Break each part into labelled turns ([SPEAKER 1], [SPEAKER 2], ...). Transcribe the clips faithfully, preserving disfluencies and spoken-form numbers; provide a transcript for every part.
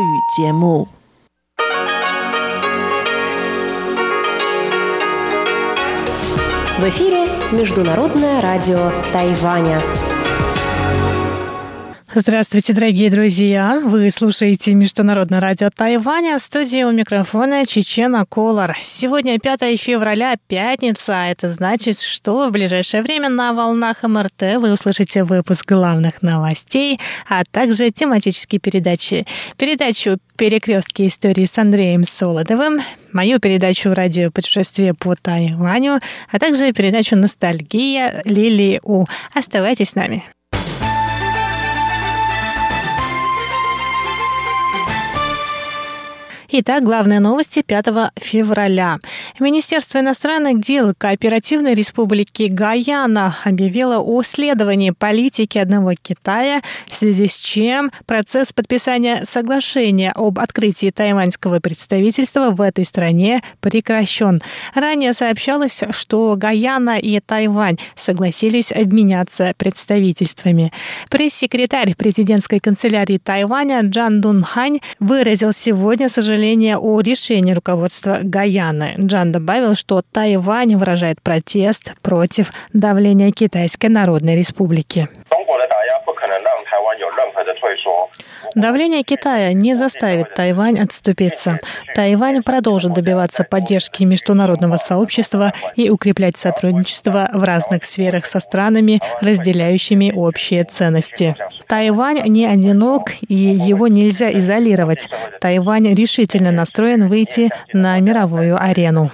[SPEAKER 1] 节目。В эфире Международное радио Тайваня.
[SPEAKER 2] Здравствуйте, дорогие друзья! Вы слушаете Международное радио Тайваня. В студии у микрофона Чечена Колор. Сегодня пятое февраля, пятница. Это значит, что в ближайшее время на волнах эм эр тэ вы услышите выпуск главных новостей, а также тематические передачи. Передачу «Перекрестки истории» с Андреем Солодовым, мою передачу «Радио путешествие по Тайваню», а также передачу «Ностальгия» Лилии У. Оставайтесь с нами. Итак, главные новости пятого февраля. Министерство иностранных дел Кооперативной Республики Гайана объявило о следовании политики одного Китая, в связи с чем процесс подписания соглашения об открытии тайваньского представительства в этой стране прекращен. Ранее сообщалось, что Гайана и Тайвань согласились обменяться представительствами. Пресс-секретарь президентской канцелярии Тайваня Джан Дунхань выразил сегодня сожаление о решении руководства Гайаны. Джан добавил, что Тайвань выражает протест против давления Китайской Народной Республики. Давление Китая не заставит Тайвань отступиться. Тайвань продолжит добиваться поддержки международного сообщества и укреплять сотрудничество в разных сферах со странами, разделяющими общие ценности. Тайвань не одинок, и его нельзя изолировать. Тайвань решительно настроен выйти на мировую арену.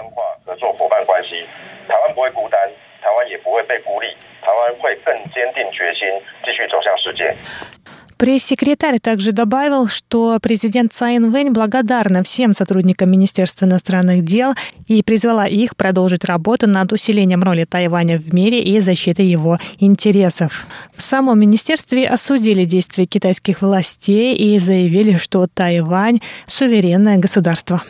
[SPEAKER 2] Пресс-секретарь также добавил, что президент Цай Инвэнь благодарна всем сотрудникам Министерства иностранных дел и призвала их продолжить работу над усилением роли Тайваня в мире и защитой его интересов. В самом министерстве осудили действия китайских властей и заявили, что Тайвань – суверенное государство.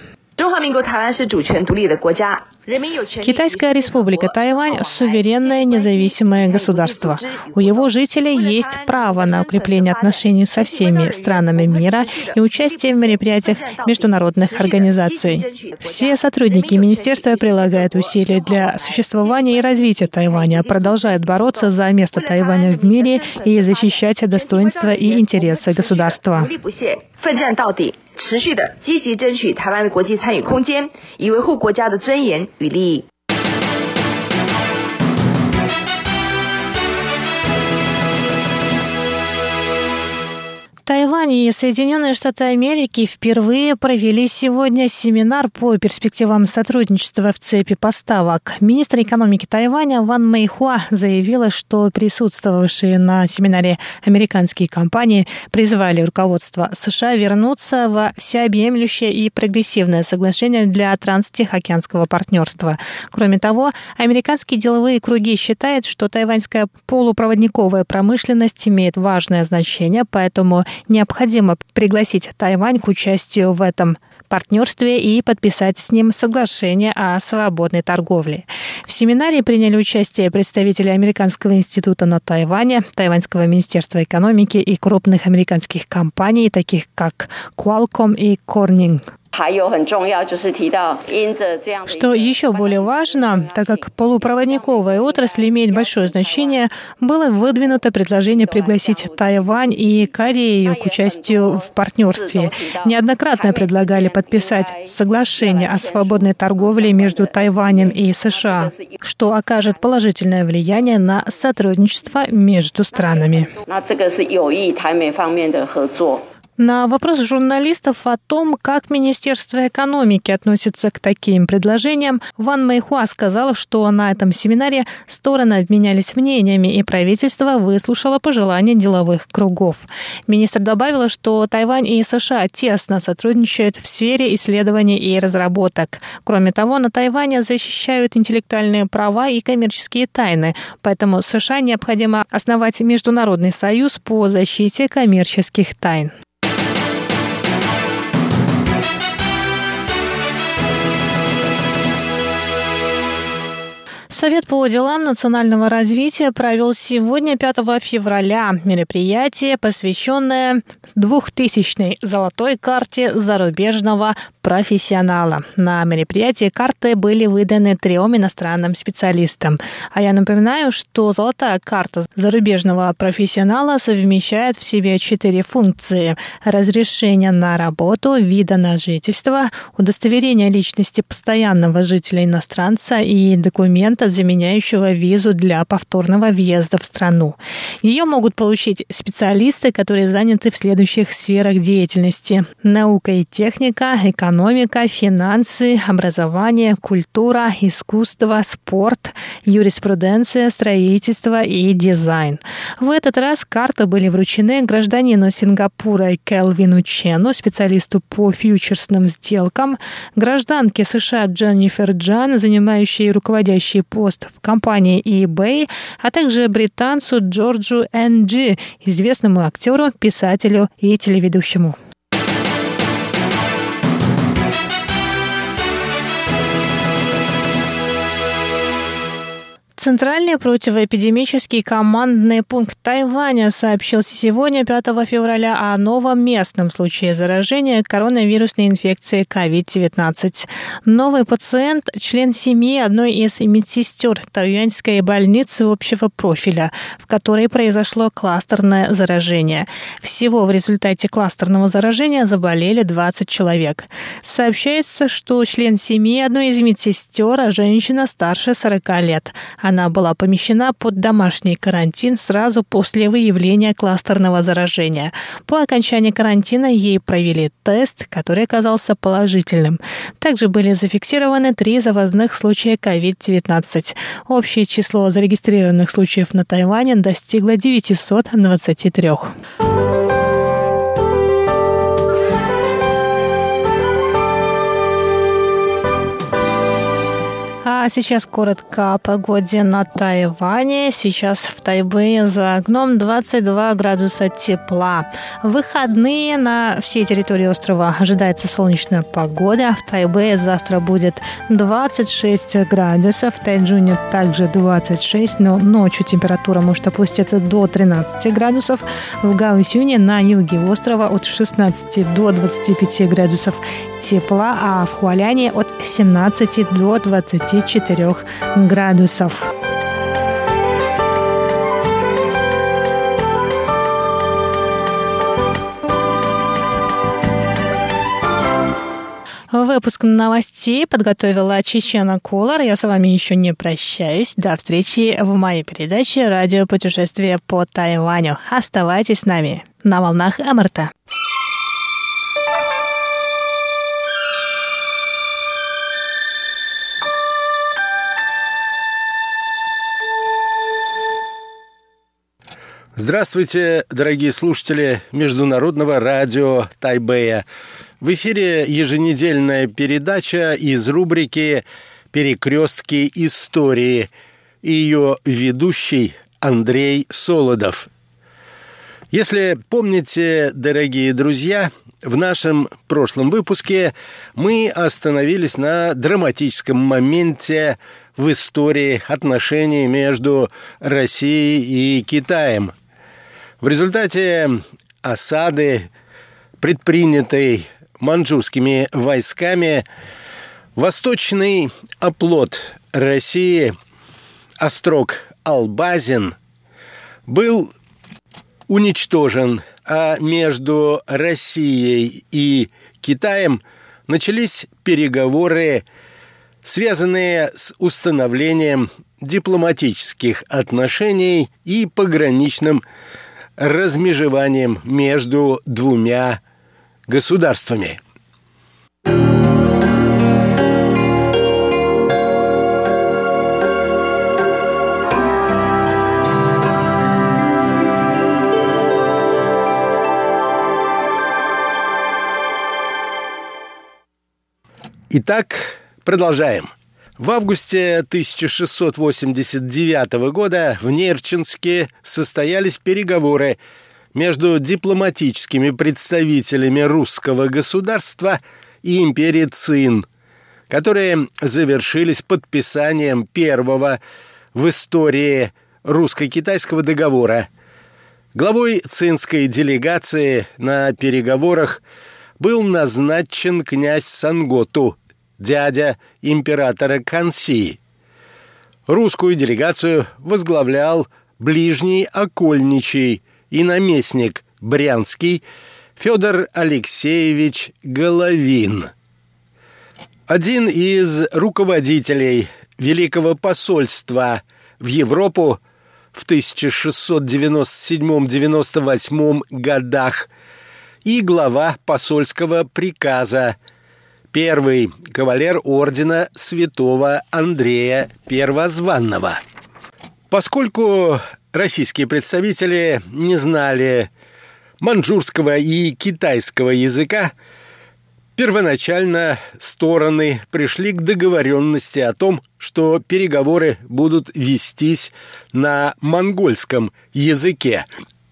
[SPEAKER 2] Китайская республика Тайвань – суверенное независимое государство. У его жителей есть право на укрепление отношений со всеми странами мира и участие в мероприятиях международных организаций. Все сотрудники министерства прилагают усилия для существования и развития Тайваня, продолжают бороться за место Тайваня в мире и защищать достоинство и интересы государства. 奋战到底，持续的积极争取台湾的国际参与空间，以维护国家的尊严与利益。Тайвань и Соединенные Штаты Америки впервые провели сегодня семинар по перспективам сотрудничества в цепи поставок. Министр экономики Тайваня Ван Мэйхуа заявила, что присутствовавшие на семинаре американские компании призвали руководство США вернуться во всеобъемлющее и прогрессивное соглашение для транстихоокеанского партнерства. Кроме того, американские деловые круги считают, что тайваньская полупроводниковая промышленность имеет важное значение, поэтому необходимо пригласить Тайвань к участию в этом партнерстве и подписать с ним соглашение о свободной торговле. В семинаре приняли участие представители Американского института на Тайване, Тайваньского министерства экономики и крупных американских компаний, таких как Qualcomm и Corning. Что еще более важно, так как полупроводниковая отрасль имеет большое значение, было выдвинуто предложение пригласить Тайвань и Корею к участию в партнерстве. Неоднократно предлагали подписать соглашение о свободной торговле между Тайванем и США, что окажет положительное влияние на сотрудничество между странами. На вопрос журналистов о том, как Министерство экономики относится к таким предложениям, Ван Мэйхуа сказала, что на этом семинаре стороны обменялись мнениями, и правительство выслушало пожелания деловых кругов. Министр добавила, что Тайвань и США тесно сотрудничают в сфере исследований и разработок. Кроме того, на Тайване защищают интеллектуальные права и коммерческие тайны, поэтому США необходимо основать международный союз по защите коммерческих тайн. Совет по делам национального развития провел сегодня, пятого февраля, мероприятие, посвященное двухтысячной золотой карте зарубежного профессионала. На мероприятии карты были выданы трем иностранным специалистам. А я напоминаю, что золотая карта зарубежного профессионала совмещает в себе четыре функции: разрешение на работу, вида на жительство, удостоверение личности постоянного жителя иностранца и документа, заменяющего визу для повторного въезда в страну. Ее могут получить специалисты, которые заняты в следующих сферах деятельности: наука и техника, экономика, финансы, образование, культура, искусство, спорт, юриспруденция, строительство и дизайн. В этот раз карты были вручены гражданину Сингапура Келвину Чену, специалисту по фьючерсным сделкам, гражданке США Дженнифер Джан, занимающей руководящий пост в компании eBay, а также британцу Джорджу Энджи, известному актеру, писателю и телеведущему. Центральный противоэпидемический командный пункт Тайваня сообщил сегодня, пятого февраля, о новом местном случае заражения коронавирусной инфекцией ковид девятнадцать. Новый пациент – член семьи одной из медсестер тайюаньской больницы общего профиля, в которой произошло кластерное заражение. Всего в результате кластерного заражения заболели двадцать человек. Сообщается, что член семьи одной из медсестер – женщина старше сорока лет. Она была помещена под домашний карантин сразу после выявления кластерного заражения. По окончании карантина ей провели тест, который оказался положительным. Также были зафиксированы три завозных случая ковид девятнадцать. Общее число зарегистрированных случаев на Тайване достигло девятьсот двадцать три. А сейчас коротко о погоде на Тайване. Сейчас в Тайбэе за окном двадцать два градуса тепла. В выходные на всей территории острова ожидается солнечная погода. В Тайбэе завтра будет двадцать шесть градусов. В Тайчжуне также двадцать шесть, но ночью температура может опуститься до тринадцати градусов. В Гаосюне на юге острова от шестнадцати до двадцати пяти градусов тепла, а в Хуаляне от семнадцати до двадцати четырёх градусов. Выпуск новостей подготовила Чечена Колор. Я с вами еще не прощаюсь. До встречи в моей передаче «Радио путешествие по Тайваню». Оставайтесь с нами на волнах МРТ.
[SPEAKER 3] Здравствуйте, дорогие слушатели Международного радио Тайбэя. В эфире еженедельная передача из рубрики «Перекрестки истории». И ее ведущий Андрей Солодов. Если помните, дорогие друзья, в нашем прошлом выпуске мы остановились на драматическом моменте в истории отношений между Россией и Китаем. В результате осады, предпринятой маньчжурскими войсками, восточный оплот России, острог Албазин, был уничтожен, а между Россией и Китаем начались переговоры, связанные с установлением дипломатических отношений и пограничным размежеванием между двумя государствами. Итак, продолжаем. В августе тысяча шестьсот восемьдесят девятого года в Нерчинске состоялись переговоры между дипломатическими представителями русского государства и империи Цин, которые завершились подписанием первого в истории русско-китайского договора. Главой цинской делегации на переговорах был назначен князь Санготу, дядя императора Канси. Русскую делегацию возглавлял ближний окольничий и наместник Брянский Федор Алексеевич Головин. Один из руководителей Великого посольства в Европу в тысяча шестьсот девяносто седьмом — девяносто восьмом годах и глава посольского приказа, первый кавалер ордена святого Андрея Первозванного. Поскольку российские представители не знали маньчжурского и китайского языка, первоначально стороны пришли к договоренности о том, что переговоры будут вестись на монгольском языке.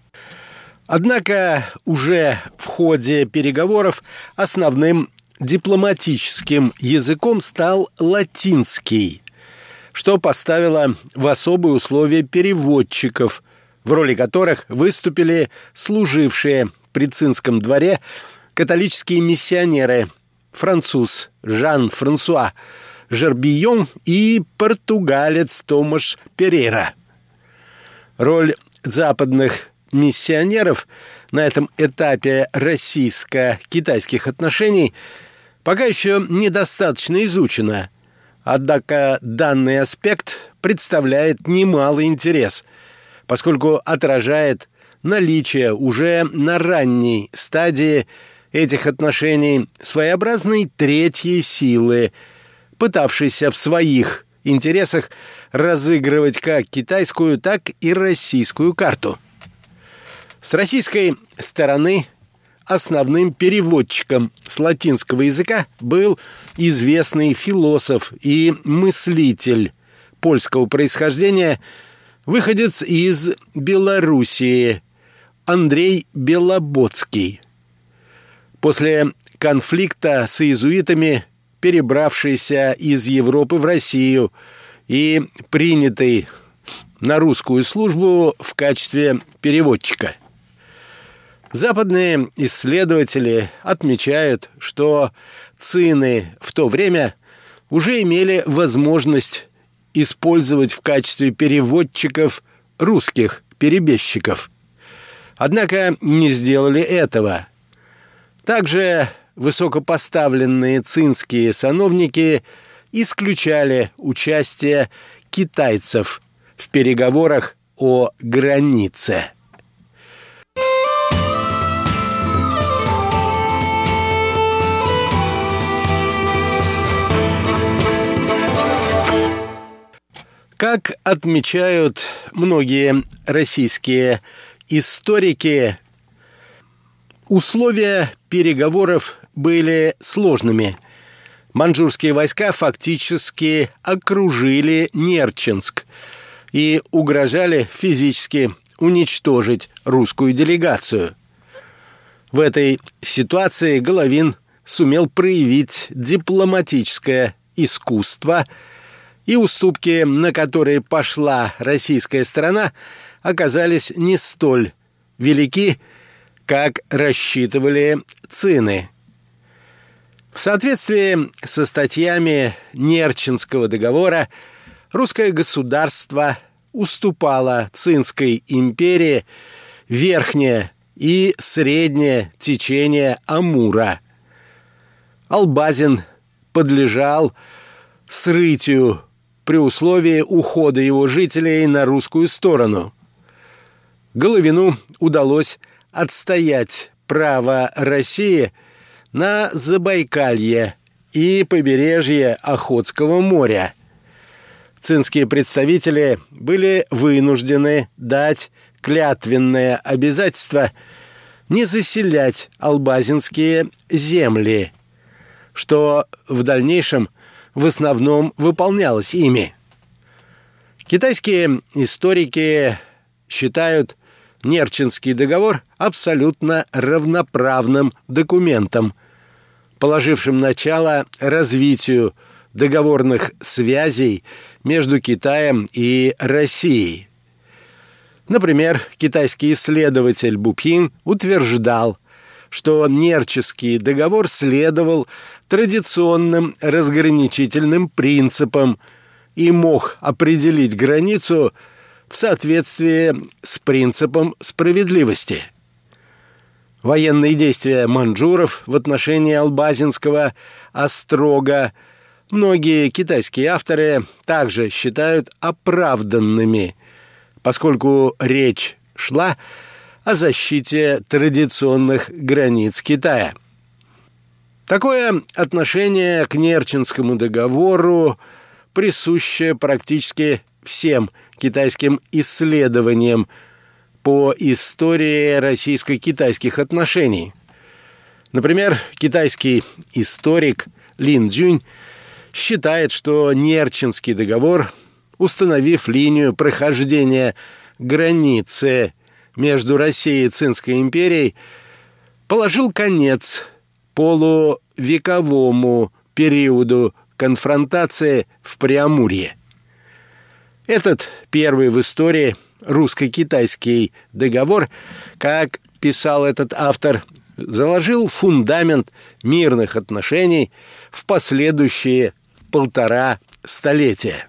[SPEAKER 3] Однако уже в ходе переговоров основным дипломатическим языком стал латинский, что поставило в особые условия переводчиков, в роли которых выступили служившие при цинском дворе католические миссионеры француз Жан-Франсуа Жербийон и португалец Томаш Перейра. Роль западных миссионеров на этом этапе российско-китайских отношений пока еще недостаточно изучена, однако данный аспект представляет немалый интерес, поскольку отражает наличие уже на ранней стадии этих отношений своеобразной третьей силы, пытавшейся в своих интересах разыгрывать как китайскую, так и российскую карту. С российской стороны основным переводчиком с латинского языка был известный философ и мыслитель польского происхождения, выходец из Белоруссии Андрей Белободский. После конфликта с иезуитами, перебравшийся из Европы в Россию и принятый на русскую службу в качестве переводчика. Западные исследователи отмечают, что цины в то время уже имели возможность использовать в качестве переводчиков русских перебежчиков. Однако не сделали этого. Также высокопоставленные цинские сановники исключали участие китайцев в переговорах о границе. Как отмечают многие российские историки, условия переговоров были сложными. Маньчжурские войска фактически окружили Нерчинск и угрожали физически уничтожить русскую делегацию. В этой ситуации Головин сумел проявить дипломатическое искусство, и уступки, на которые пошла российская сторона, оказались не столь велики, как рассчитывали цины. В соответствии со статьями Нерчинского договора русское государство уступало Цинской империи верхнее и среднее течение Амура. Албазин подлежал срытию при условии ухода его жителей на русскую сторону. Головину удалось отстоять право России на Забайкалье и побережье Охотского моря. Цинские представители были вынуждены дать клятвенное обязательство не заселять албазинские земли, что в дальнейшем в основном выполнялось ими. Китайские историки считают Нерчинский договор абсолютно равноправным документом, положившим начало развитию договорных связей между Китаем и Россией. Например, китайский исследователь Бупин утверждал, что Нерчинский договор следовал традиционным разграничительным принципам и мог определить границу в соответствии с принципом справедливости. Военные действия маньчжуров в отношении Албазинского острога многие китайские авторы также считают оправданными, поскольку речь шла о защите традиционных границ Китая. Такое отношение к Нерчинскому договору присуще практически всем китайским исследованиям по истории российско-китайских отношений. Например, китайский историк Лин Цзюнь считает, что Нерчинский договор, установив линию прохождения границы между Россией и Цинской империей, положил конец полувековому периоду конфронтации в Преамурье. Этот первый в истории русско-китайский договор, как писал этот автор, заложил фундамент мирных отношений в последующие полтора столетия.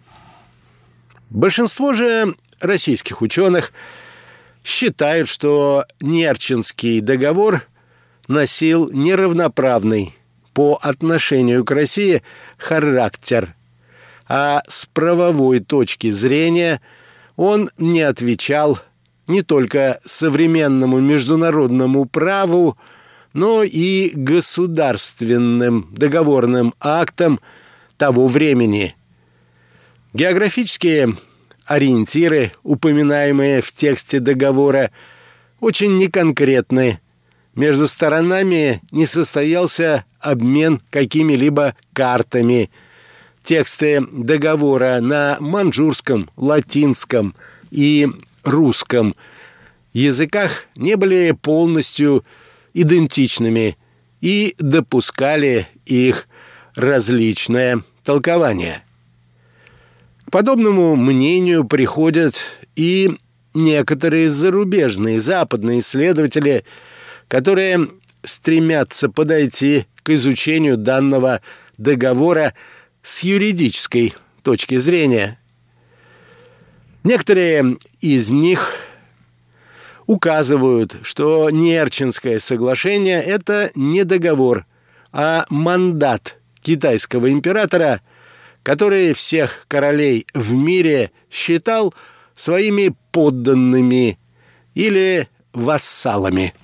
[SPEAKER 3] Большинство же российских ученых считают, что Нерчинский договор носил неравноправный по отношению к России характер, а с правовой точки зрения он не отвечал не только современному международному праву, но и государственным договорным актам того времени. Географические ориентиры, упоминаемые в тексте договора, очень неконкретны. Между сторонами не состоялся обмен какими-либо картами. Тексты договора на маньчжурском, латинском и русском языках не были полностью идентичными и допускали их различное толкование. К подобному мнению приходят и некоторые зарубежные западные исследователи, которые стремятся подойти к изучению данного договора с юридической точки зрения. Некоторые из них указывают, что Нерчинское соглашение – это не договор, а мандат китайского императора, который всех королей в мире считал своими подданными или вассалами.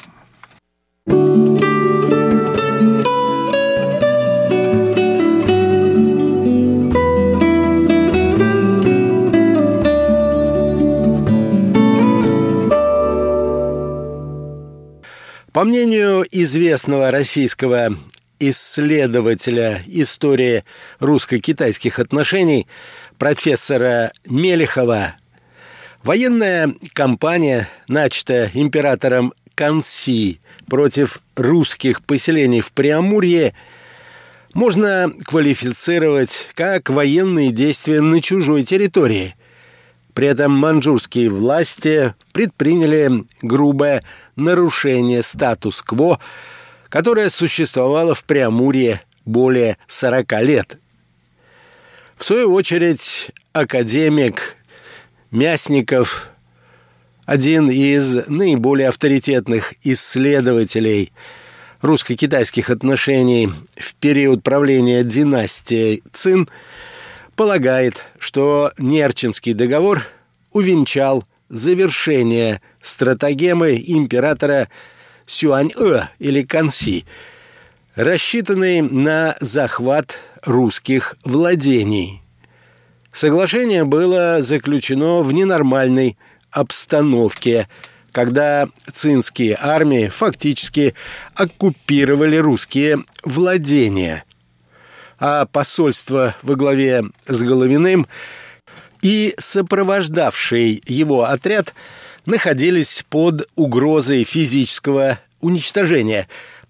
[SPEAKER 3] По мнению известного российского исследователя истории русско-китайских отношений профессора Мелехова, военная кампания, начатая императором Канси против русских поселений в Преамурье, можно квалифицировать как военные действия на чужой территории. При этом маньчжурские власти предприняли грубое нарушение статус-кво, которое существовало в Преамурье более сорока лет. В свою очередь, академик Мясников, один из наиболее авторитетных исследователей русско-китайских отношений в период правления династии Цин, полагает, что Нерчинский договор увенчал завершение стратагемы императора Сюань-э или Канси, рассчитанной на захват русских владений. Соглашение было заключено в ненормальной обстановке, когда цинские армии фактически оккупировали русские владения, а посольство во главе с Головиным и сопровождавший его отряд находились под угрозой физического уничтожения,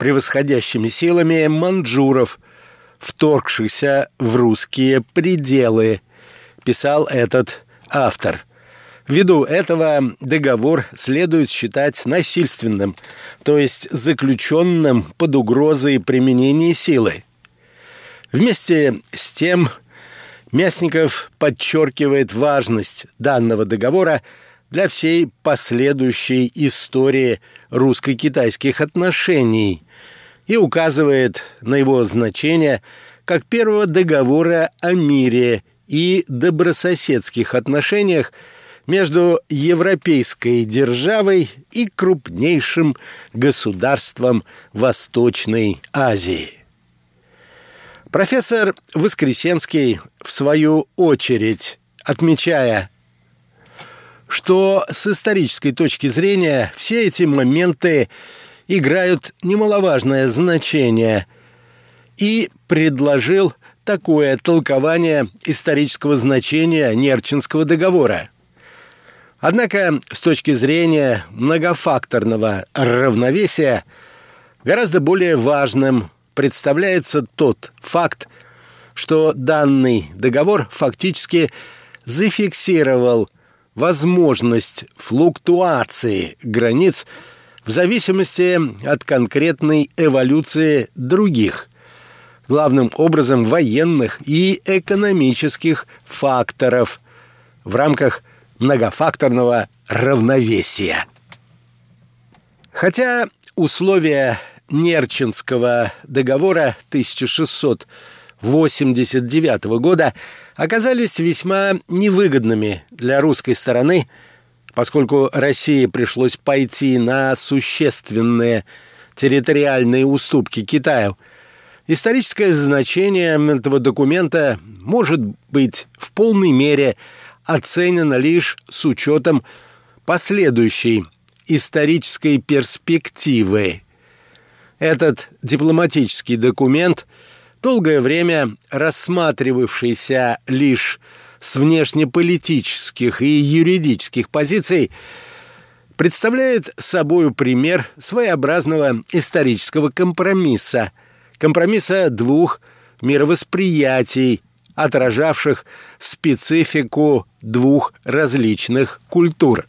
[SPEAKER 3] превосходящими силами маньчжуров, вторгшихся в русские пределы, писал этот автор. Ввиду этого договор следует считать насильственным, то есть заключенным под угрозой применения силы. Вместе с тем Мясников подчеркивает важность данного договора для всей последующей истории русско-китайских отношений и указывает на его значение как первого договора о мире и добрососедских отношениях между европейской державой и крупнейшим государством Восточной Азии. Профессор Воскресенский, в свою очередь, отмечая, что с исторической точки зрения все эти моменты играют немаловажное значение, и предложил такое толкование исторического значения Нерчинского договора. Однако, с точки зрения многофакторного равновесия, гораздо более важным представляется тот факт, что данный договор фактически зафиксировал возможность флуктуации границ в зависимости от конкретной эволюции других, главным образом военных и экономических факторов в рамках многофакторного равновесия. Хотя условия Нерчинского договора тысяча шестьсот восемьдесят девятого года оказались весьма невыгодными для русской стороны, поскольку России пришлось пойти на существенные территориальные уступки Китаю, историческое значение этого документа может быть в полной мере оценено лишь с учетом последующей исторической перспективы. Этот дипломатический документ, долгое время рассматривавшийся лишь с внешнеполитических и юридических позиций, представляет собой пример своеобразного исторического компромисса, компромисса двух мировосприятий, отражавших специфику двух различных культур.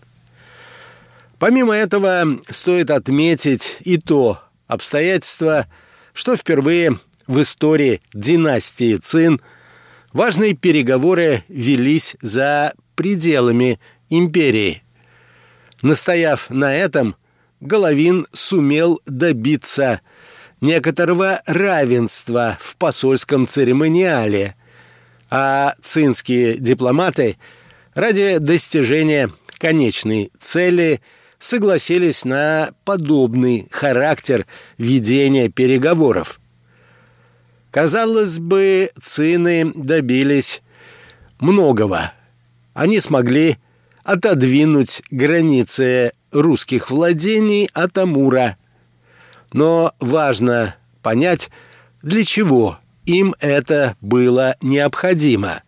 [SPEAKER 3] Помимо этого, стоит отметить и то обстоятельство, что впервые в истории династии Цин важные переговоры велись за пределами империи. Настояв на этом, Головин сумел добиться некоторого равенства в посольском церемониале, а цинские дипломаты ради достижения конечной цели согласились на подобный характер ведения переговоров. Казалось бы, цины добились многого. Они смогли отодвинуть границы русских владений от Амура. Но важно понять, для чего им это было необходимо.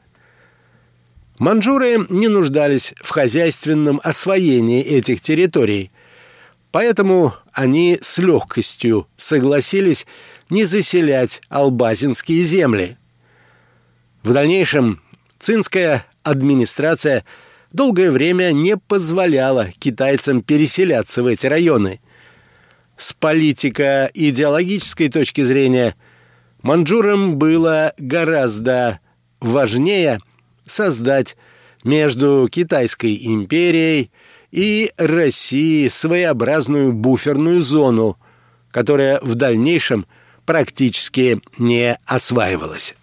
[SPEAKER 3] Маньчжуры не нуждались в хозяйственном освоении этих территорий, поэтому они с легкостью согласились не заселять албазинские земли. В дальнейшем цинская администрация долгое время не позволяла китайцам переселяться в эти районы. С политико-идеологической точки зрения маньчжурам было гораздо важнее создать между Китайской империей и Россией своеобразную буферную зону, которая в дальнейшем практически не осваивалась.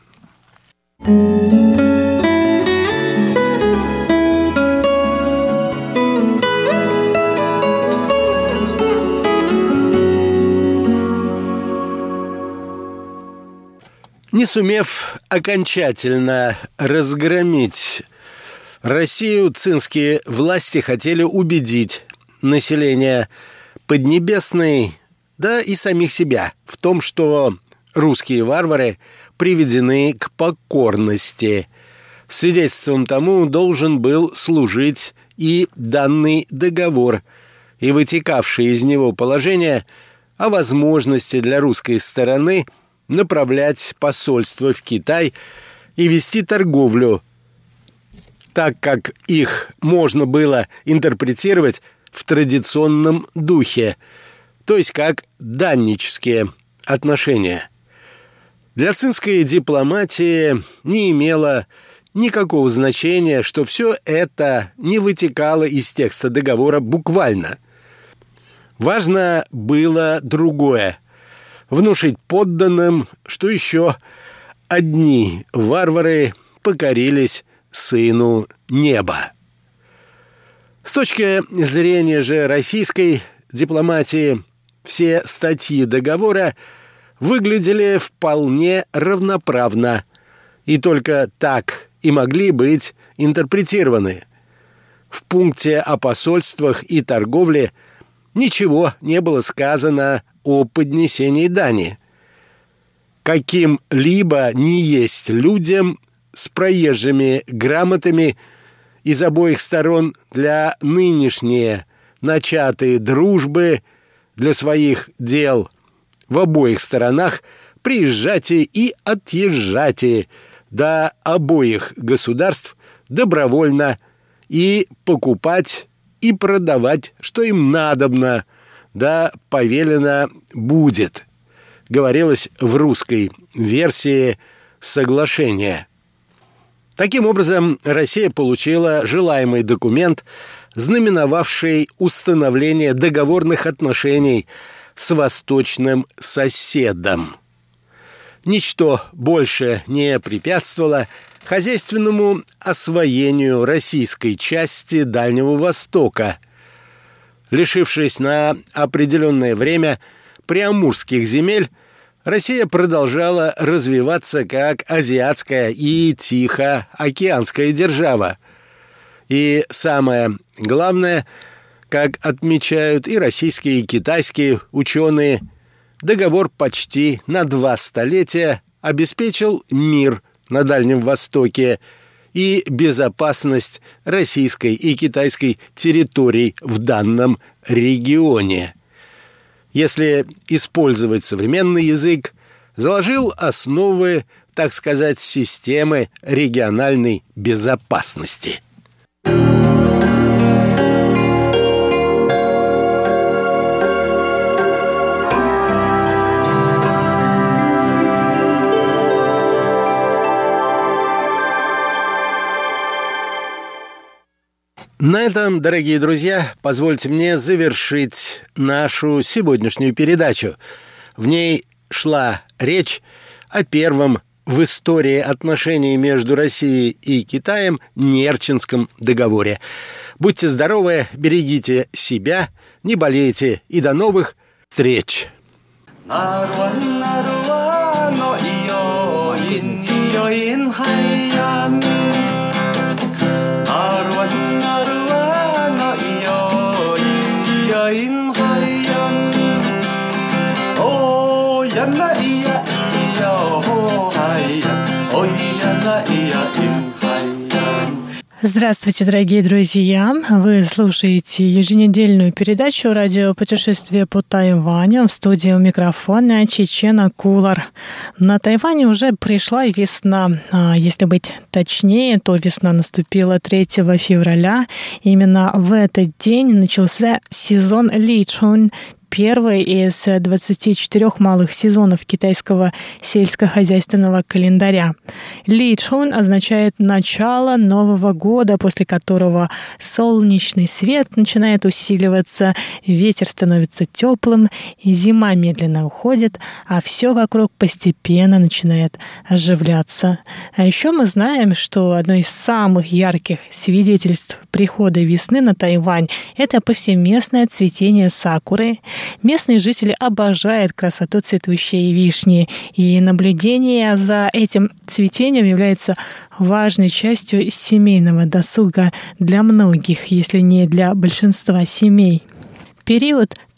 [SPEAKER 3] Не сумев окончательно разгромить Россию, цинские власти хотели убедить население Поднебесной, да и самих себя, в том, что русские варвары приведены к покорности. Свидетельством тому должен был служить и данный договор, и вытекавшие из него положения о возможности для русской стороны направлять посольство в Китай и вести торговлю, так как их можно было интерпретировать в традиционном духе, то есть как даннические отношения. Для цинской дипломатии не имело никакого значения, что все это не вытекало из текста договора буквально. Важно было другое – внушить подданным, что еще одни варвары покорились сыну неба. С точки зрения же российской дипломатии, все статьи договора выглядели вполне равноправно и только так и могли быть интерпретированы. В пункте о посольствах и торговле ничего не было сказано о поднесении дани. Каким-либо не есть людям с проезжими грамотами из обоих сторон для нынешние начатые дружбы для своих дел в обоих сторонах приезжайте и отъезжайте до обоих государств добровольно и покупать и продавать, что им надобно, да повелено будет, говорилось в русской версии соглашения. Таким образом, Россия получила желаемый документ, знаменовавший установление договорных отношений с восточным соседом. Ничто больше не препятствовало хозяйственному освоению российской части Дальнего Востока. Лишившись на определенное время приамурских земель, Россия продолжала развиваться как азиатская и тихоокеанская держава. И самое главное, как отмечают и российские, и китайские ученые, договор почти на два столетия обеспечил мир на Дальнем Востоке и безопасность российской и китайской территорий в данном регионе. Если использовать современный язык, заложил основы, так сказать, системы региональной безопасности. На этом, дорогие друзья, позвольте мне завершить нашу сегодняшнюю передачу. В ней шла речь о первом в истории отношений между Россией и Китаем Нерчинском договоре. Будьте здоровы, берегите себя, не болейте и до новых встреч!
[SPEAKER 2] Здравствуйте, дорогие друзья! Вы слушаете еженедельную передачу «Радио путешествие по Тайваню». В студии у микрофона Чечена Кулар. На Тайване уже пришла весна. Если быть точнее, то весна наступила третьего февраля. Именно в этот день начался сезон Личун, первый из двадцати четырёх малых сезонов китайского сельскохозяйственного календаря. Личун означает «начало Нового года», после которого солнечный свет начинает усиливаться, ветер становится теплым, и зима медленно уходит, а все вокруг постепенно начинает оживляться. А еще мы знаем, что одно из самых ярких свидетельств прихода весны на Тайвань – это повсеместное цветение сакуры. Местные жители обожают красоту цветущей вишни, и наблюдение за этим цветением является важной частью семейного досуга для многих, если не для большинства семей. Период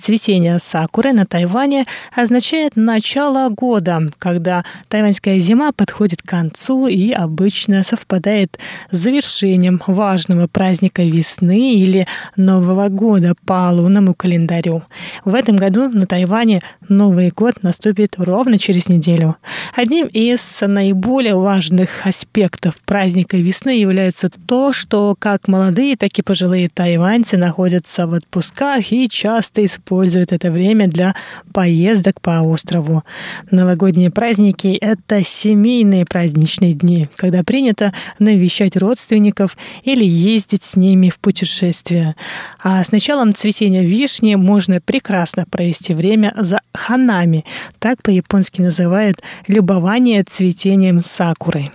[SPEAKER 2] Цветение сакуры на Тайване означает начало года, когда тайваньская зима подходит к концу и обычно совпадает с завершением важного праздника весны или Нового года по лунному календарю. В этом году на Тайване Новый год наступит ровно через неделю. Одним из наиболее важных аспектов праздника весны является то, что как молодые, так и пожилые тайваньцы находятся в отпусках и часто используют это время для поездок по острову. Новогодние праздники – это семейные праздничные дни, когда принято навещать родственников или ездить с ними в путешествия. А с началом цветения вишни можно прекрасно провести время за ханами. Так по-японски называют любование цветением сакуры.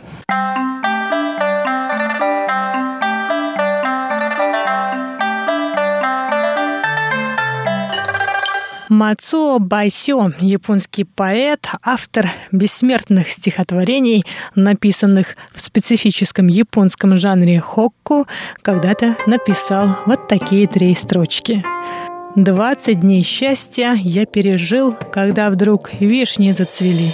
[SPEAKER 2] Мацуо Байсё, японский поэт, автор бессмертных стихотворений, написанных в специфическом японском жанре хокку, когда-то написал вот такие три строчки. «Двадцать дней счастья я пережил, когда вдруг вишни зацвели».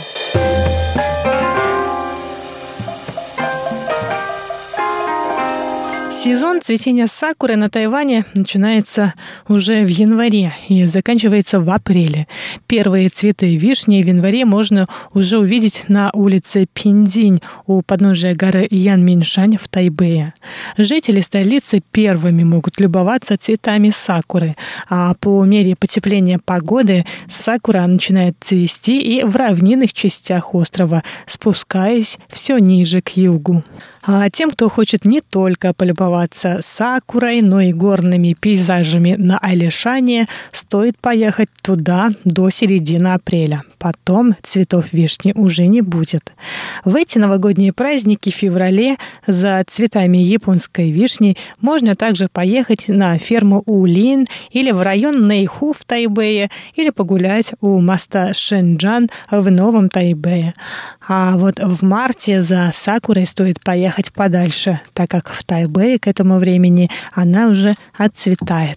[SPEAKER 2] Сезон цветения сакуры на Тайване начинается уже в январе и заканчивается в апреле. Первые цветы вишни в январе можно уже увидеть на улице Пиндзинь у подножия горы Янминшань в Тайбэе. Жители столицы первыми могут любоваться цветами сакуры, а по мере потепления погоды сакура начинает цвести и в равнинных частях острова, спускаясь все ниже к югу. А тем, кто хочет не только полюбоваться сакурой, но и горными пейзажами на Алишане, стоит поехать туда до середины апреля. Потом цветов вишни уже не будет. В эти новогодние праздники в феврале за цветами японской вишни можно также поехать на ферму Улин или в район Нэйху в Тайбэе или погулять у моста Шэньчжан в Новом Тайбэе. А вот в марте за сакурой стоит поехать подальше, так как в Тайбэе к этому времени она уже отцветает.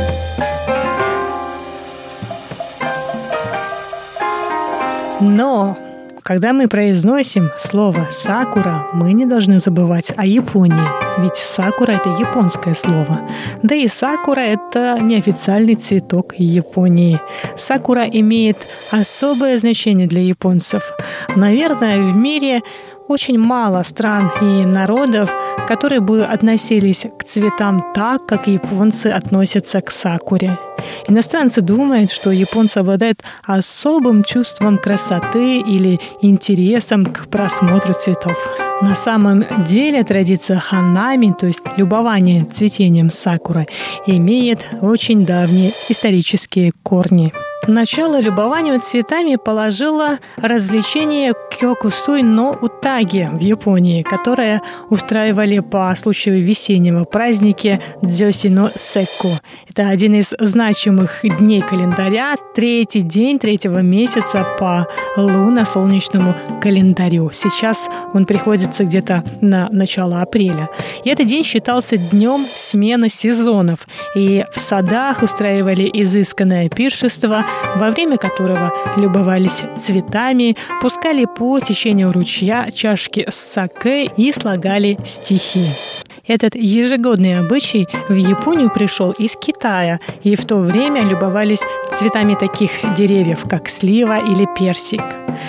[SPEAKER 2] Но когда мы произносим слово «сакура», мы не должны забывать о Японии, ведь сакура – это японское слово. Да и сакура – это неофициальный цветок Японии. Сакура имеет особое значение для японцев. Наверное, в мире очень мало стран и народов, которые бы относились к цветам так, как японцы относятся к сакуре. Иностранцы думают, что японцы обладают особым чувством красоты или интересом к просмотру цветов. На самом деле традиция ханами, то есть любование цветением сакуры, имеет очень давние исторические корни. Начало любованию цветами положило развлечение кёкусуй но утаги в Японии, которое устраивали по случаю весеннего праздника Дзёси но Секку. Это один из значимых дней календаря, третий день третьего месяца по лунно-солнечному календарю. Сейчас он приходится где-то на начало апреля. И этот день считался днем смены сезонов. И в садах устраивали изысканное пиршество, во время которого любовались цветами, пускали по течению ручья чашки с саке и слагали стихи. Этот ежегодный обычай в Японию пришел из Китая, и в то время любовались цветами таких деревьев, как слива или персик.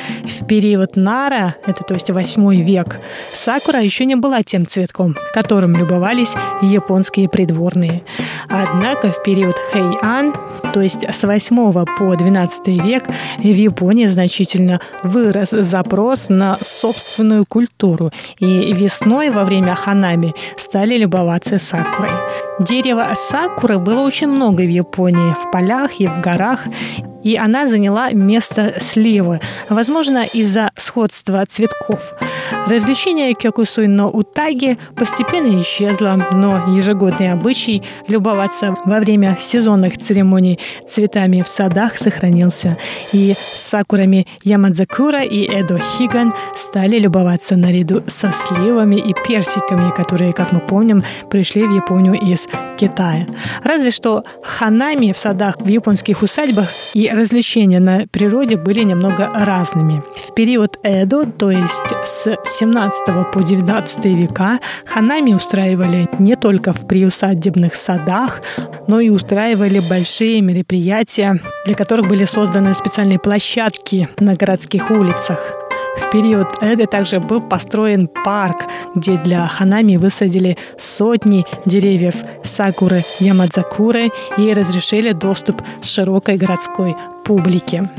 [SPEAKER 2] В период Нара, это то есть восьмой век, сакура еще не была тем цветком, которым любовались японские придворные. Однако в период Хэйан, то есть с восьмого по двенадцатый век, в Японии значительно вырос запрос на собственную культуру, и весной во время ханами стали любоваться сакурой. Дерева сакуры было очень много в Японии, в полях и в горах. и она заняла место сливы, возможно, из-за сходства цветков. Развлечение кёкусуй но утаги постепенно исчезло, но ежегодный обычай любоваться во время сезонных церемоний цветами в садах сохранился, и сакурами Ямадзакура и Эдо Хиган стали любоваться наряду со сливами и персиками, которые, как мы помним, пришли в Японию из Китая. Разве что ханами в садах в японских усадьбах и развлечения на природе были немного разными. В период Эдо, то есть с семнадцатого по девятнадцатый века, ханами устраивали не только в приусадебных садах, но и устраивали большие мероприятия, для которых были созданы специальные площадки на городских улицах. В период Эдо также был построен парк, где для ханами высадили сотни деревьев сакуры Ямадзакуры и разрешили доступ широкой городской публике.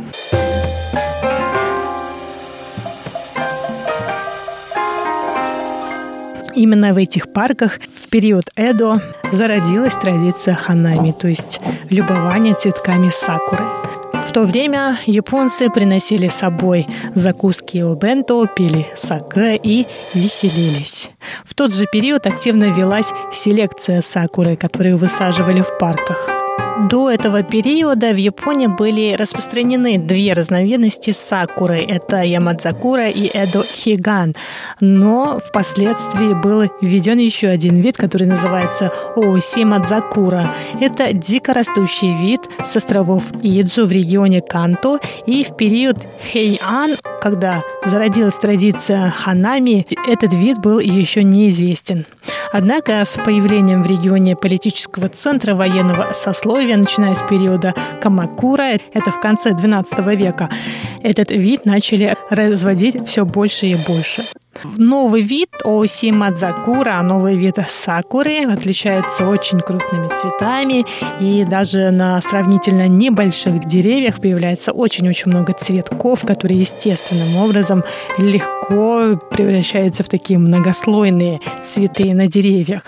[SPEAKER 2] Именно в этих парках в период Эдо зародилась традиция ханами, то есть любование цветками сакуры. В то время японцы приносили с собой закуски о-бенто, пили саке и веселились. В тот же период активно велась селекция сакуры, которую высаживали в парках. До этого периода в Японии были распространены две разновидности сакуры. Это Ямадзакура и Эдо Хиган. Но впоследствии был введен еще один вид, который называется Ооси Мадзакура. Это дикорастущий вид с островов Идзу в регионе Канто. И в период Хэйан, когда зародилась традиция ханами, этот вид был еще неизвестен. Однако с появлением в регионе политического центра военного сословия, начиная с периода Камакура, это в конце двенадцатого века, этот вид начали разводить все больше и больше. Новый вид Ооси Мадзакура, новый вид сакуры, отличается очень крупными цветами, и даже на сравнительно небольших деревьях появляется очень-очень много цветков, которые естественным образом легко превращаются в такие многослойные цветы на деревьях.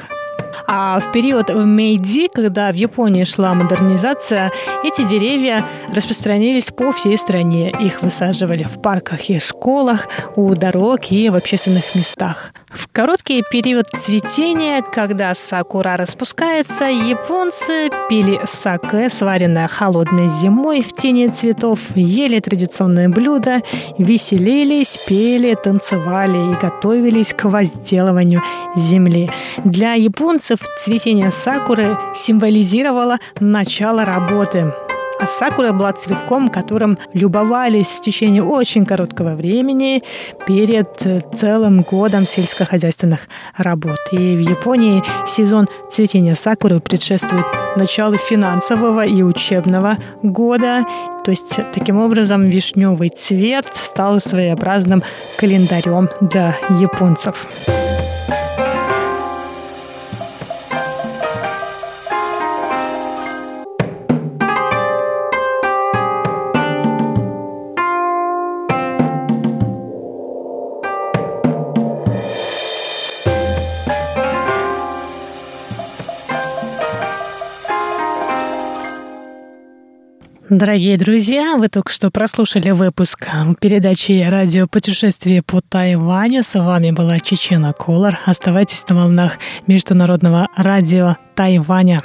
[SPEAKER 2] А в период Мэйдзи, когда в Японии шла модернизация, эти деревья распространились по всей стране. Их высаживали в парках и школах, у дорог и в общественных местах. В короткий период цветения, когда сакура распускается, японцы пили саке, сваренное холодной зимой в тени цветов, ели традиционные блюда, веселились, пели, танцевали и готовились к возделыванию земли. Для японцев цветение сакуры символизировало начало работы. А сакура была цветком, которым любовались в течение очень короткого времени перед целым годом сельскохозяйственных работ. И в Японии сезон цветения сакуры предшествует началу финансового и учебного года. То есть, таким образом, вишневый цвет стал своеобразным календарем для японцев. Дорогие друзья, вы только что прослушали выпуск передачи «Радио путешествие по Тайваню». С вами была Чечена Колор. Оставайтесь на волнах Международного радио Тайваня.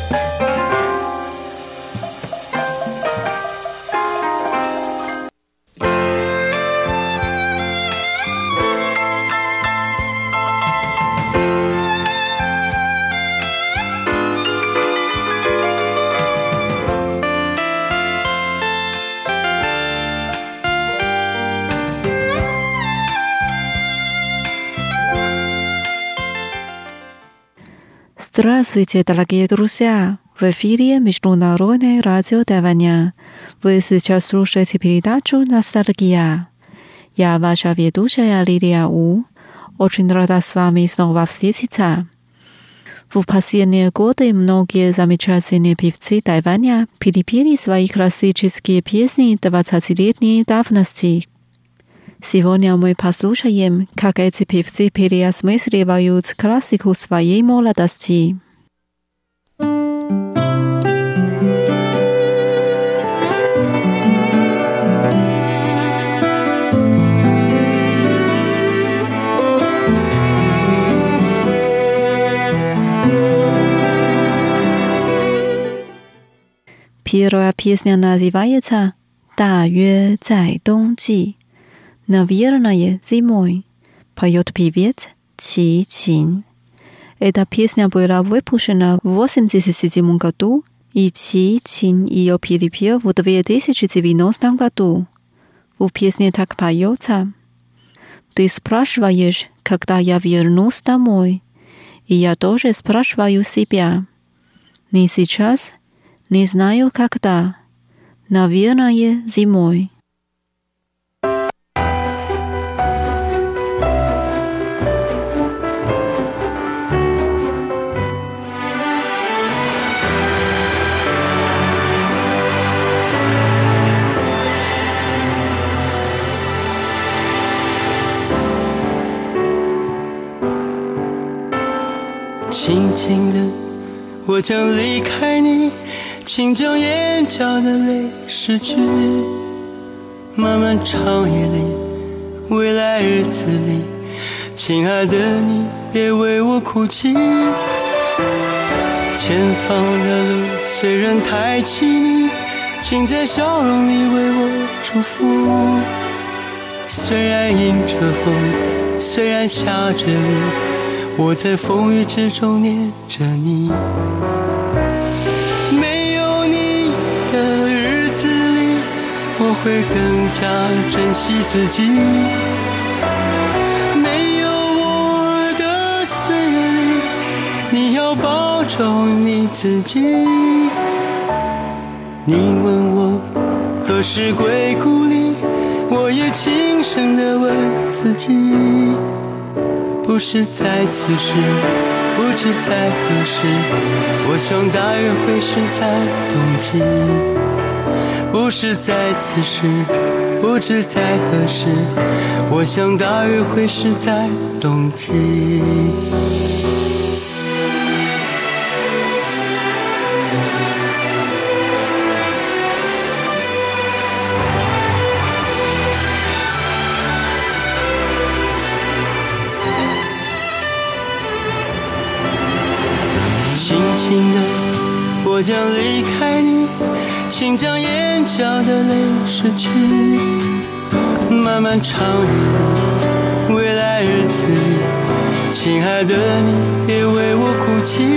[SPEAKER 4] Здравствуйте, дорогие друзья! В эфире Международное радио Тайваня. Вы сейчас слушаете передачу «Ностальгия». Я ваша ведущая Лилия У. Очень рада с вами снова встретиться. В последние годы многие замечательные певцы Тайваня перепели свои классические песни двадцатилетней давности. Сегодня мы послушаем, как эти певцы переосмысливают классику своей молодости. Первая песня называется «大约在冬季», «Наверное, зимой», поет певец Qi Qin. Эта песня была выпущена в восемьдесят седьмом году, и Qi Qin ее перепел в две тысячи девяностом году. В песне так поется: «Ты спрашиваешь, когда я вернусь домой, и я тоже спрашиваю себя. Не сейчас, не знаю когда, наверное, зимой».
[SPEAKER 5] 轻轻的，我将离开你，请将眼角的泪拭去。漫漫长夜里，未来日子里，亲爱的你，别为我哭泣。前方的路虽然太凄迷，请在笑容里为我祝福。虽然迎着风，虽然下着雨，我在风雨之中念着你。没有你的日子里，我会更加珍惜自己。没有我的岁月里，你要保重你自己。你问我何时归故里，我也轻声地问自己。不是在此时，不知在何时，我想大约会是在冬季。不是在此时，不知在何时，我想大约会是在冬季。轻轻的，我将离开你，请将眼角的泪拭去。漫漫长夜里，未来日子里，亲爱的你，别为我哭泣。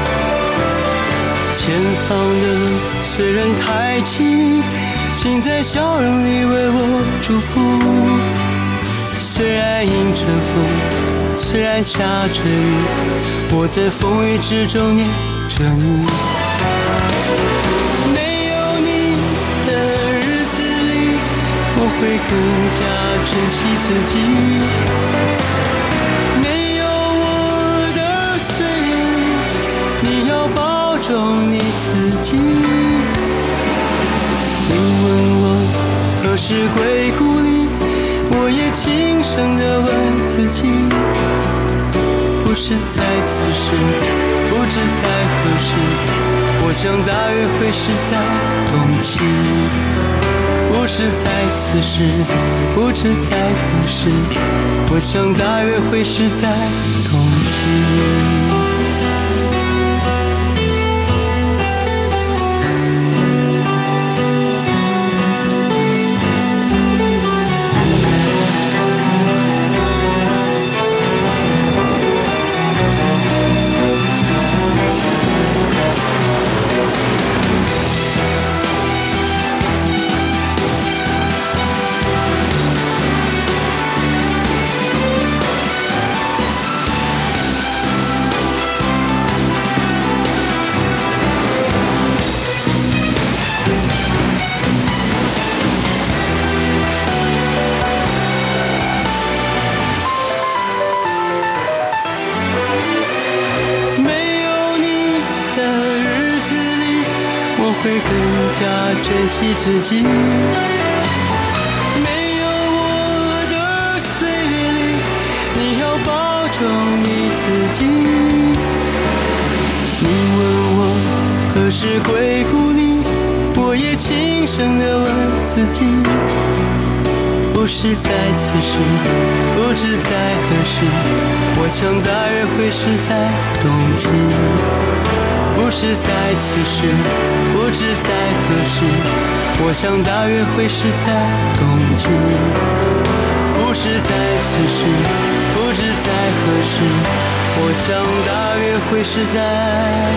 [SPEAKER 5] 前方的路虽然太凄迷，请在笑容里为我祝福。虽然迎着风，虽然下着雨，我在风雨之中念着你。没有你的日子里，我会更加珍惜自己。没有我的岁月里，你要保重你自己。你问我何时归故里，我也轻声地问自己。不是在此时，不知在何时，我想大约会是在冬季。不是在此时，不知在何时，我想大约会是在冬季。会更加珍惜自己。没有我的岁月里，你要保重你自己。你问我何时归故里，我也轻声地问自己。不是在此时，不知在何时，我想大约会是在冬季。 不是在其时，不知在何时，我想大约会是在冬季。不是在其时，不知在何时，我想大约会是在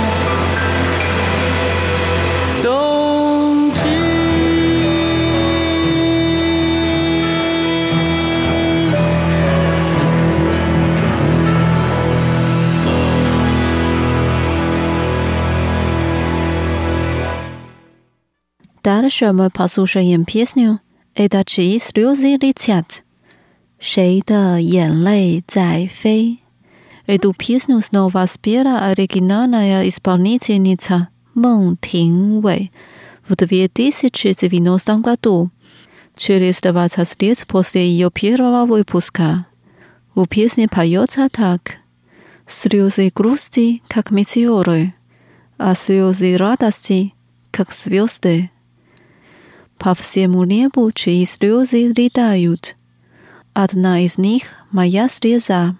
[SPEAKER 5] 冬季。
[SPEAKER 4] Дальше мы послушаем песню «Это чьи слезы летят?» 谁的眼泪在飞? Эту песню снова спела оригинальная исполнительница Мэн Тинвэй в две тысячи девяностом году, через двадцать лет после ее первого выпуска. В песне поется так: «Слезы грусти, как метеоры, а слезы радости, как звезды. По всему небу чьи слезы летают. Одна из них моя слеза».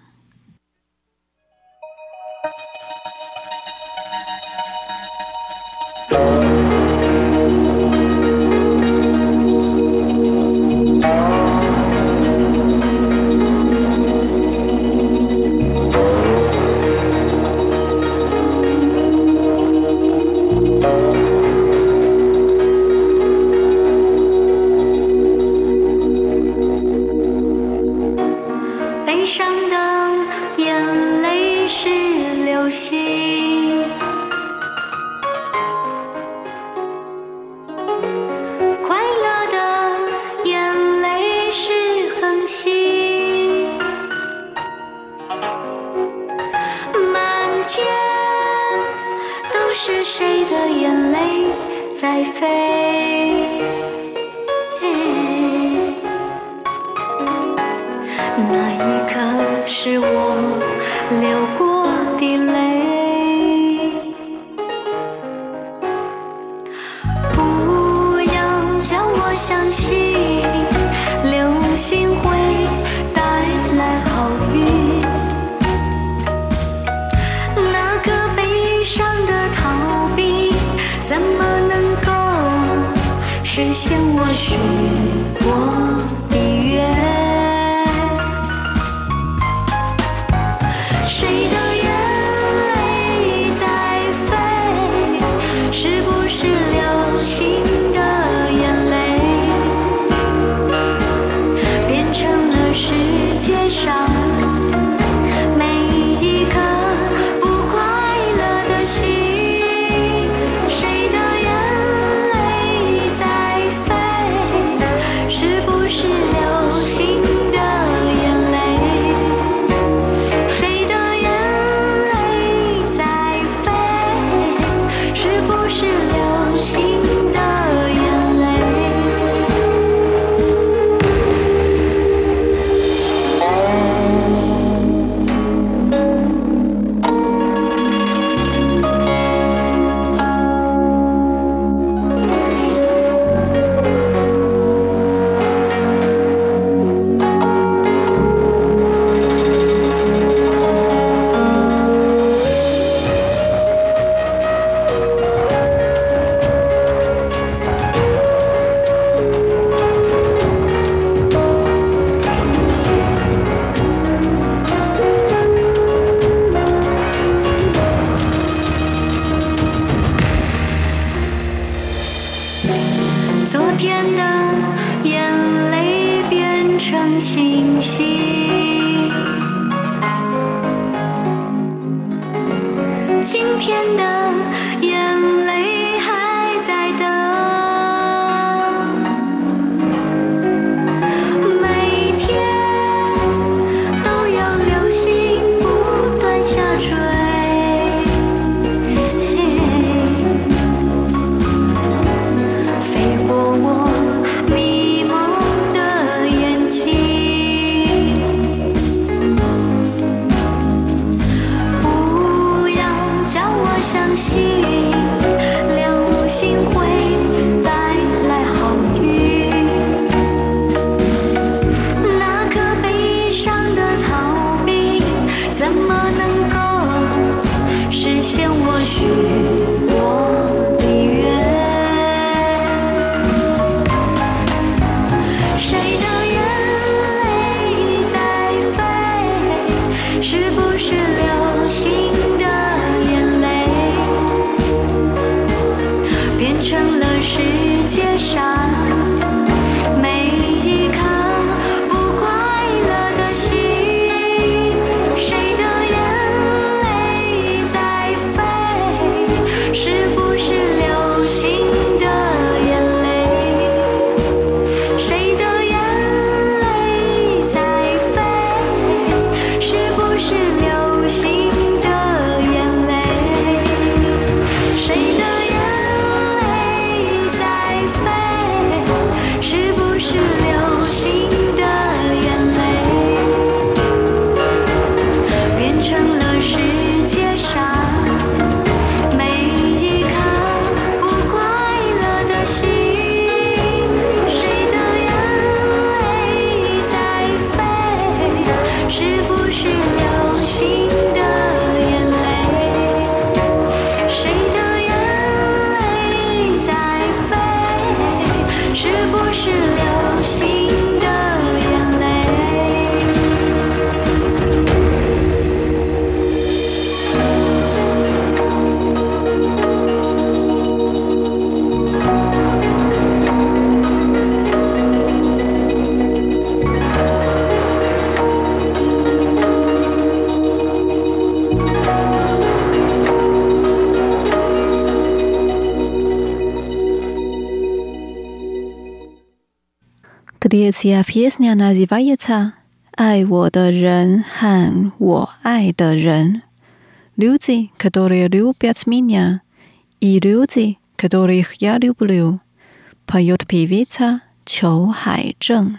[SPEAKER 4] Третья песня называется «爱我的人和我爱的人». Люди, которые любят меня, и люди, которых я люблю, поет певица Чоу Хайчжэн.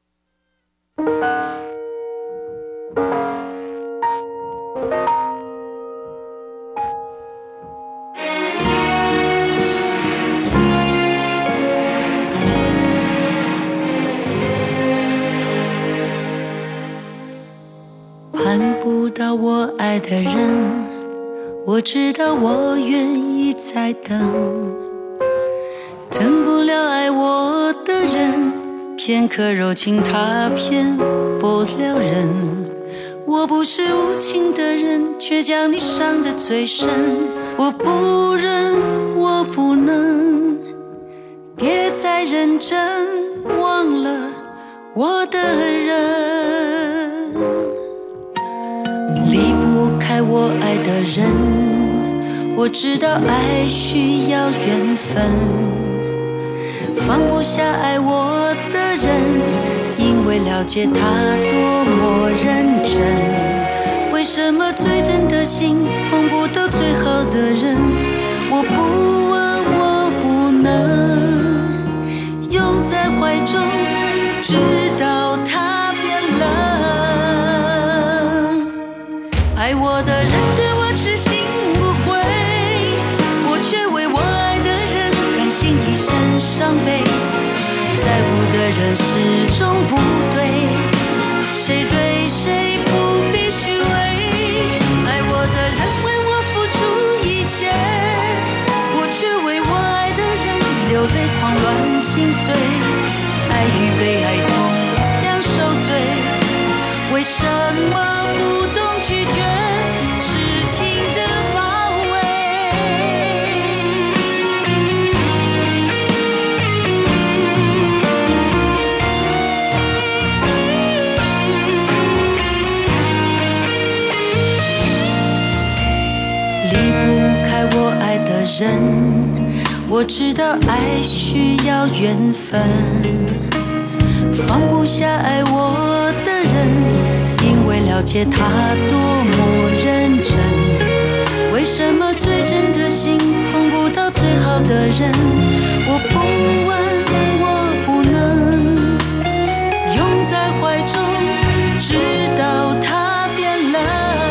[SPEAKER 6] 盼不到我爱的人，我知道我愿意再等，等不了爱我的人，片刻柔情他骗不了人。我不是无情的人，却将你伤得最深。我不忍，我不能，别再认真，忘了我的人。离不开我爱的人，我知道爱需要缘分，放不下爱我的人，因为了解他多么认真。为什么最真的心碰不到最好的人？我不问，我不能拥在怀中，直到他变冷。爱我的人对我痴心不悔，我却为我爱的人甘心一生伤悲。在乎的人始终不对，谁对谁不必虚伪。爱我的人为我付出一切，我却为我爱的人流泪狂乱心碎。爱与被爱同样受罪，为什么不懂拒绝痴情的包围？离不开我爱的人，我知道爱需要缘分，放不下爱我的人，因为了解他多么认真。为什么最真的心碰不到最好的人？我不问，我不能拥在怀中，直到他变冷。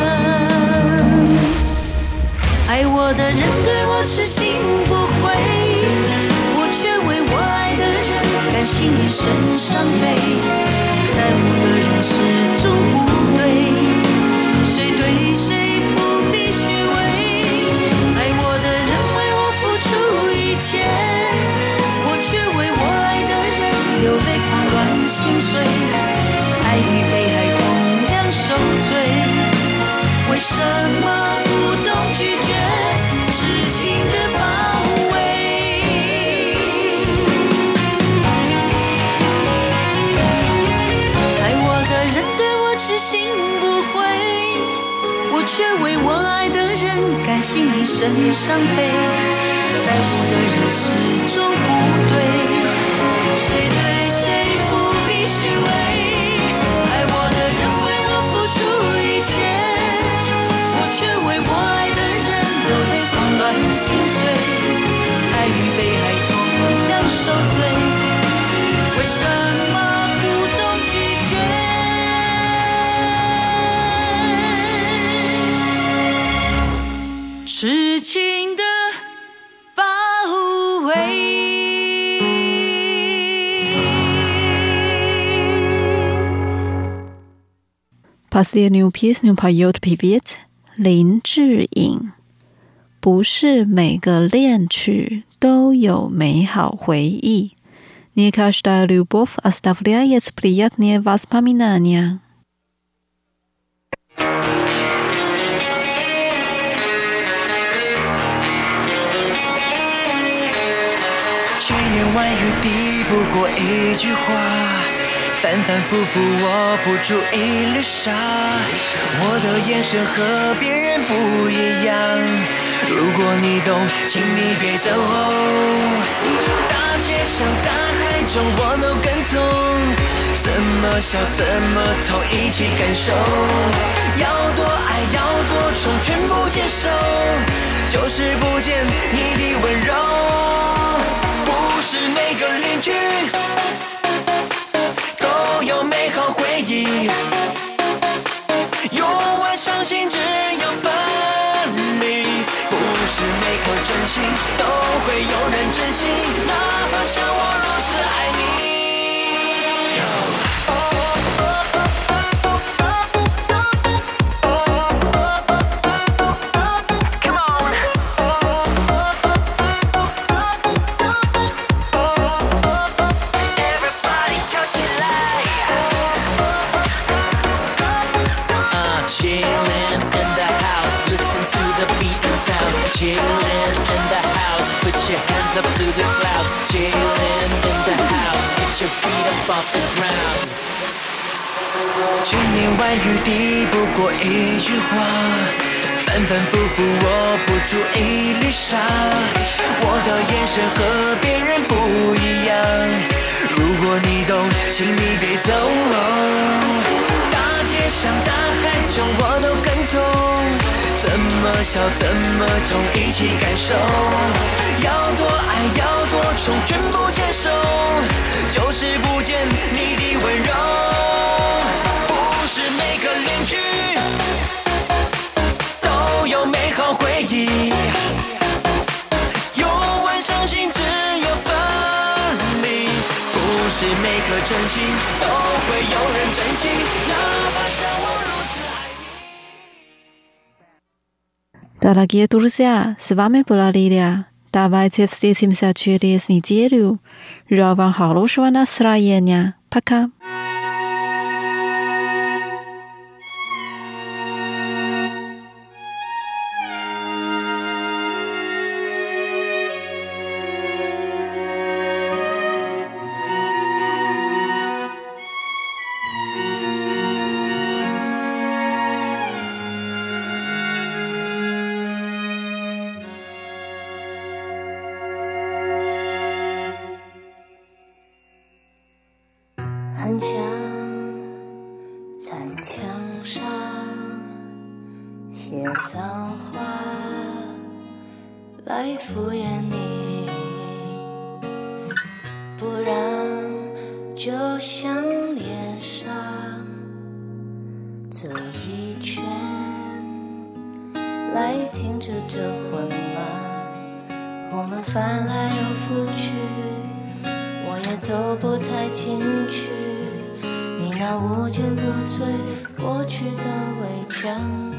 [SPEAKER 6] 爱我的人对我痴心不悔，我却为我爱的人甘心一生伤悲。在乎的人始终不对，谁对谁不必虚伪。爱我的人为我付出一切，我却为我爱的人流泪狂乱心碎。爱与被爱同样受罪，为什么不懂拒绝痴情的包围？痴心不悔，我却为我爱的人甘心一生伤悲。在乎的人始终不对，谁对谁不必虚伪。爱我的人为我付出一切，我却为我爱的人流泪狂乱心碎。爱与被爱同样受罪，为什么不懂拒绝痴情的包围。
[SPEAKER 4] Последнюю песню поет певец Лин Zhiyin。不是每个恋曲都有美好回忆。Не каждая любовь оставляет приятные воспоминания。
[SPEAKER 5] 千言万语抵不过一句话，反反复复我不注意了啥，我的眼神和别人不一样，如果你懂请你别走，大街上大海中我都跟从，怎么笑怎么痛一起感受，要多爱要多宠全部接受，就是不见你的温柔。不是每个邻居都有美好回忆，用完伤心只有分离，不是每颗真心都会有人珍惜，哪怕像我如此爱你。Chillin' in the house, put your hands up to the clouds. Chillin' in the house, get your feet up off the ground. 千言万语抵不过一句话，反反复复我不注意力傻，我的眼神和别人不一样，如果你懂，请你别走。大街上大海中我都跟从，怎么笑怎么痛一起感受，要多爱要多宠全部接受，就是不见你的温柔。不是每个邻居都有美好回忆，用完伤心只有分离，不是每颗真心都会有人珍惜，哪怕像我如此爱你。
[SPEAKER 4] Дорогие друзья, с вами была Лилия. Давайте встретимся через неделю. Желаю вам хорошего настроения. Пока.
[SPEAKER 6] 很想在墙上写脏话来敷衍你，不然就像脸上这一圈来停止这混乱，我们翻来又覆去，我也走不太进去，你那无坚不摧过去的围墙，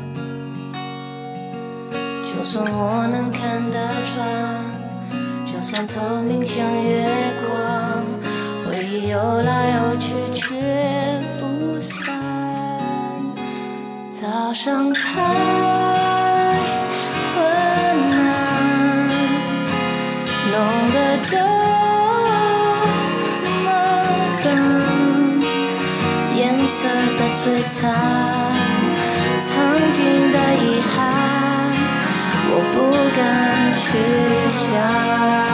[SPEAKER 6] 就算我能看得穿，就算透明像月光，回忆游来游去却不散，早上太昏暗，弄得这颜色的摧残，曾经的遗憾，我不敢去想。